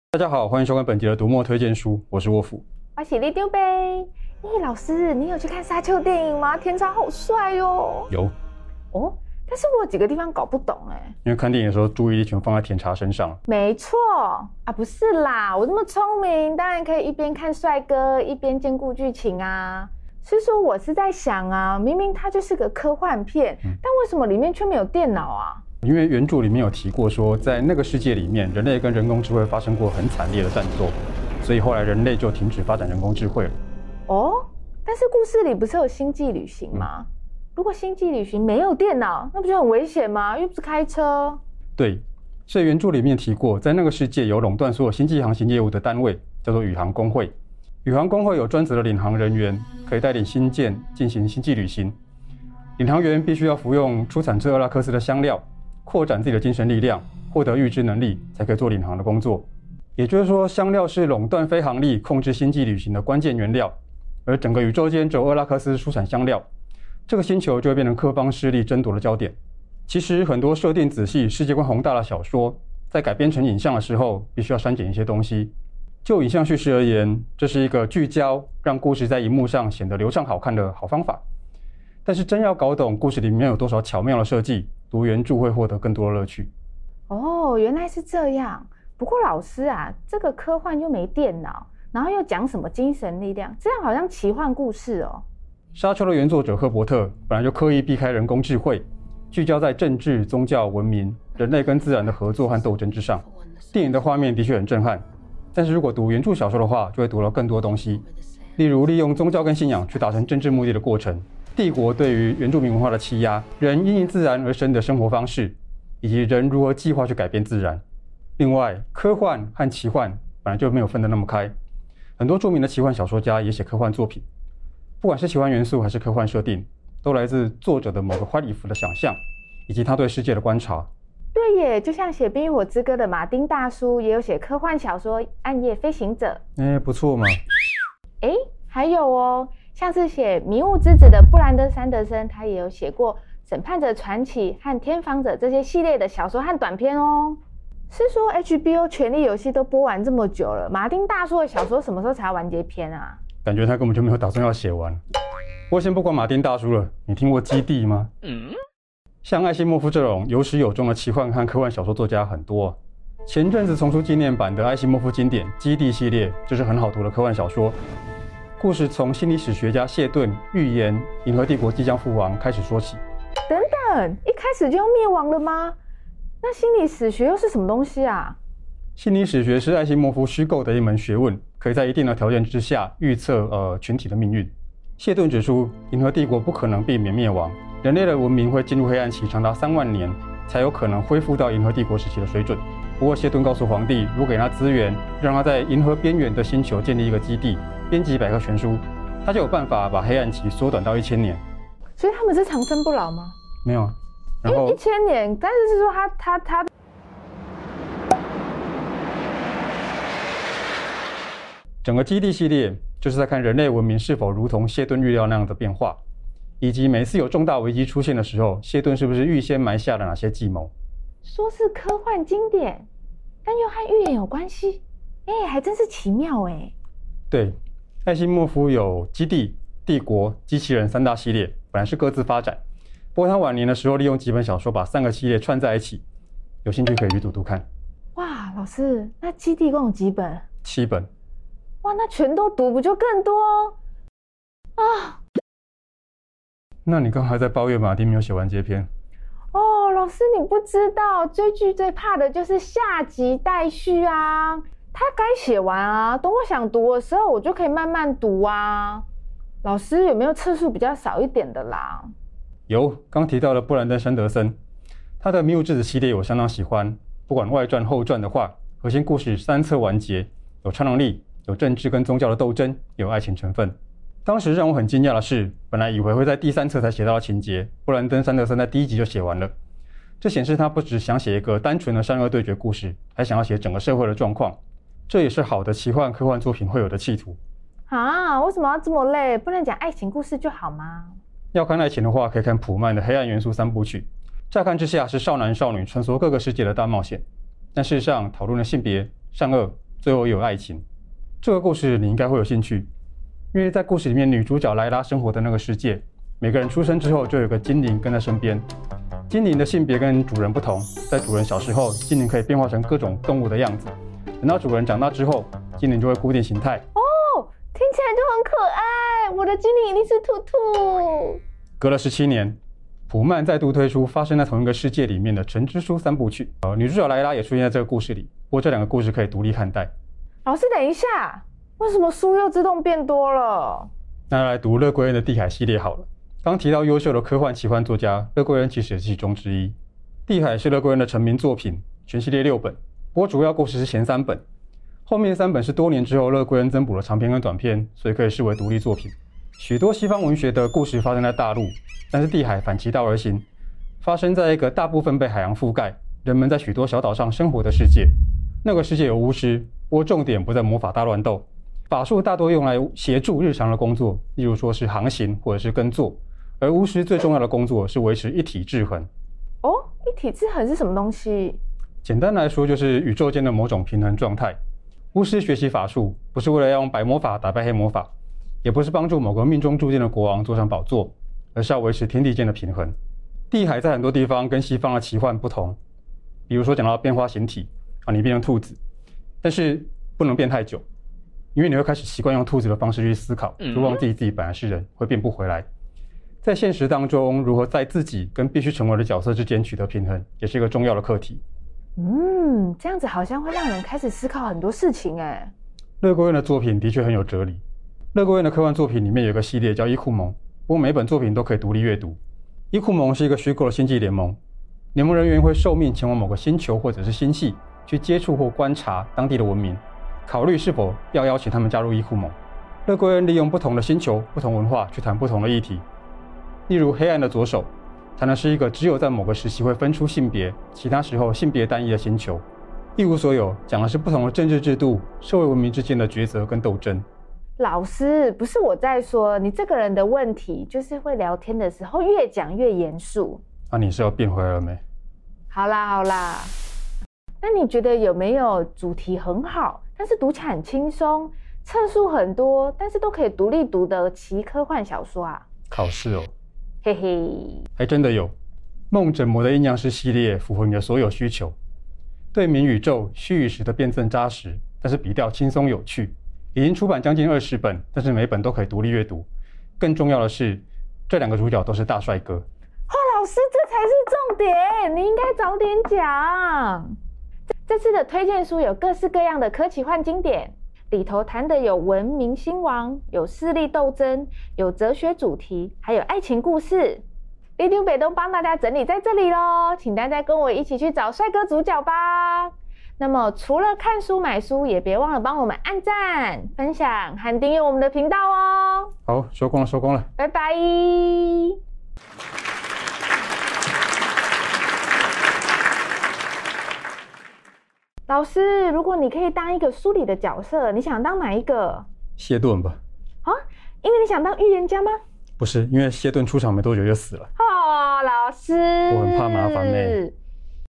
大家好，欢迎收看本集的读墨推荐书，我是沃夫。 我是李丢呗。老师，你有去看沙丘电影吗？天朝好帅哦。 有哦，但是我有几个地方搞不懂因为看电影的时候注意力全放在甜茶身上。 没错啊，不是啦，我这么聪明，当然可以一边看帅哥一边兼顾剧情啊。是说我是在想啊，明明它就是个科幻片，但为什么里面却没有电脑啊？ 因为原著里面有提过说，在那个世界里面，人类跟人工智慧发生过很惨烈的战斗，所以后来人类就停止发展人工智慧了。 哦，但是故事里不是有星际旅行吗？如果星际旅行没有电脑，那不就很危险吗？又不是开车。 对，所以原著里面提过，在那个世界有垄断所有星际航行业务的单位，叫做宇航工会。宇航工会有专责的领航人员，可以带领星舰进行星际旅行。领航员必须要服用出产自厄拉克斯的香料，扩展自己的精神力量，获得预知能力，才可以做领航的工作。也就是说，香料是垄断飞航力、控制星际旅行的关键原料。而整个宇宙间只有厄拉克斯出产香料，这个星球就会变成各方势力争夺的焦点。其实很多设定仔细、世界观宏大的小说，在改编成影像的时候，必须要删减一些东西。就影像叙事而言，这是一个聚焦，让故事在荧幕上显得流畅好看的好方法。但是真要搞懂故事里面有多少巧妙的设计，读原著会获得更多的乐趣。 哦，原来是这样。不过老师啊，这个科幻又没电脑，然后又讲什么精神力量，这样好像奇幻故事哦。 沙丘的原作者赫伯特本来就刻意避开人工智慧，聚焦在政治、宗教、文明、人类跟自然的合作和斗争之上。电影的画面的确很震撼，但是如果读原著小说的话，就会读到更多东西，例如利用宗教跟信仰去达成政治目的的过程，帝国对于原住民文化的欺压，人因应自然而生的生活方式，以及人如何计划去改变自然。另外，科幻和奇幻本来就没有分得那么开，很多著名的奇幻小说家也写科幻作品，不管是奇幻元素还是科幻设定，都来自作者的某个花里胡的想象，以及他对世界的观察。 对耶，就像写《冰与火之歌》的马丁大叔，也有写科幻小说《暗夜飞行者》。 不错嘛。 还有哦，像是写《迷雾之子》的布兰登·山德森，他也有写过《审判者传奇》和《天访者》这些系列的小说和短篇哦。是说 HBO 权力游戏都播完这么久了，马丁大叔的小说什么时候才要完结篇啊？ 感觉他根本就没有打算要写完。不过先不管马丁大叔了，你听过《基地》吗？像艾西莫夫这种有始有终的奇幻和科幻小说作家很多。前阵子重出纪念版的艾西莫夫经典《基地》系列，就是很好读的科幻小说。故事从心理史学家谢顿预言银河帝国即将覆亡开始说起。 等等，一开始就要灭亡了吗？那心理史学又是什么东西啊？ 心理史学是艾西莫夫虚构的一门学问，可以在一定的条件之下预测群体的命运。谢顿指出，银河帝国不可能避免灭亡，人类的文明会进入黑暗期长达3万年，才有可能恢复到银河帝国时期的水准。不过谢顿告诉皇帝，如果给他资源，让他在银河边缘的星球建立一个基地，编辑百科全书，他就有办法把黑暗期缩短到1000年。 所以他们是长生不老吗？ 没有啊，然后 1000年，但是说他整个基地系列就是在看人类文明是否如同谢顿预料那样的变化，以及每次有重大危机出现的时候，谢顿是不是预先埋下了哪些计谋。 说是科幻经典，但又和预言有关系，还真是奇妙哎。 对，艾西莫夫有基地、帝国、机器人3大系列，本来是各自发展，不过他晚年的时候利用几本小说把3个系列串在一起，有兴趣可以去读读看。 哇，老师，那基地共有几本 ？7本。 哇，那全都读不就更多啊？ 那你刚还在抱怨马丁没有写完结篇。 哦，老师你不知道，追剧最怕的就是下集待续啊。他该写完啊，等我想读的时候，我就可以慢慢读啊。老师有没有册数比较少一点的啦？ 有，刚提到了布兰登·山德森，他的《迷雾之子》系列我相当喜欢。不管外传后传的话，核心故事3册完结，有超能力，有政治跟宗教的斗争，有爱情成分。当时让我很惊讶的是，本来以为会在第3册才写到的情节，布兰登·山德森在第1集就写完了。这显示他不只想写一个单纯的善恶对决故事，还想要写整个社会的状况。这也是好的奇幻科幻作品会有的企图。 啊，为什么要这么累？不能讲爱情故事就好吗？ 要看爱情的话，可以看普曼的《黑暗元素3部曲》。乍看之下是少男少女穿梭各个世界的大冒险，但事实上讨论了性别、善恶、 最后也有爱情。这个故事你应该会有兴趣，因为在故事里面女主角莱拉生活的那个世界，每个人出生之后就有个精灵跟在身边。精灵的性别跟主人不同，在主人小时候，精灵可以变化成各种动物的样子。等到主人长大之后，精灵就会固定形态。 哦，听起来就很可爱。我的精灵一定是兔兔。 隔了17年，普曼再度推出发生在同一个世界里面的《橙之书》3部曲。女主角莱拉也出现在这个故事里，不过这2个故事可以独立看待。 老师，等一下，为什么书又自动变多了？ 那来读乐贵人的地海系列好了。刚提到优秀的科幻奇幻作家，乐贵人其实也是其中之一。地海是乐贵人的成名作品，全系列6本，不过主要故事是前3本，后面3本是多年之后乐贵人增补了长篇跟短篇，所以可以视为独立作品。许多西方文学的故事发生在大陆，但是地海反其道而行，发生在一个大部分被海洋覆盖、人们在许多小岛上生活的世界。那个世界有巫师，不过重点不在魔法大乱斗，法术大多用来协助日常的工作，例如说是航行或者是耕作。而巫师最重要的工作是维持一体制衡。 哦，一体制衡是什么东西？ 简单来说，就是宇宙间的某种平衡状态。巫师学习法术，不是为了要用白魔法打败黑魔法，也不是帮助某个命中注定的国王坐上宝座，而是要维持天地间的平衡。地海在很多地方跟西方的奇幻不同，比如说讲到变化形体你变成兔子，但是不能变太久，因为你会开始习惯用兔子的方式去思考，就忘记自己本来是人，会变不回来。在现实当中，如何在自己跟必须成为的角色之间取得平衡，也是一个重要的课题。 这样子好像会让人开始思考很多事情哎。 乐贵人的作品的确很有哲理。乐贵人的科幻作品里面有一个系列叫伊库蒙，不过每本作品都可以独立阅读。伊库蒙是一个虚构的星际联盟，联盟人员会受命前往某个星球或者是星系，去接触或观察当地的文明，考虑是否要邀请他们加入伊库蒙。乐贵人利用不同的星球、不同文化去谈不同的议题。例如黑暗的左手谈的是一个只有在某个时期会分出性别，其他时候性别单一的星球。一无所有讲的是不同的政治制度、社会文明之间的抉择跟斗争。 老师，不是我在说，你这个人的问题就是会聊天的时候越讲越严肃。 那你是要变回来了没？ 好啦，那你觉得有没有主题很好，但是读起来很轻松，册数很多，但是都可以独立读的奇科幻小说啊？ 考试哦。 嘿嘿， 还真的有。梦枕魔的阴阳师系列符合你的所有需求，对冥宇宙虚与实的辩证扎实，但是笔调轻松有趣。已经出版将近20本，但是每本都可以独立阅读。更重要的是，这2个主角都是大帅哥。 老师，这才是重点，你应该早点讲。这次的推荐书有各式各样的科奇幻经典，里头谈的有文明兴亡，有势力斗争，有哲学主题，还有爱情故事。立丢北东帮大家整理在这里咯，请大家跟我一起去找帅哥主角吧。那么除了看书买书，也别忘了帮我们按赞、分享和订阅我们的频道哦。 好，收工了， 拜拜。老师，如果你可以当一个书里的角色，你想当哪一个？ 谢顿吧。 啊？因为你想当预言家吗？ 不是，因为谢顿出场没多久就死了。 哦，老师， 我很怕麻烦呢。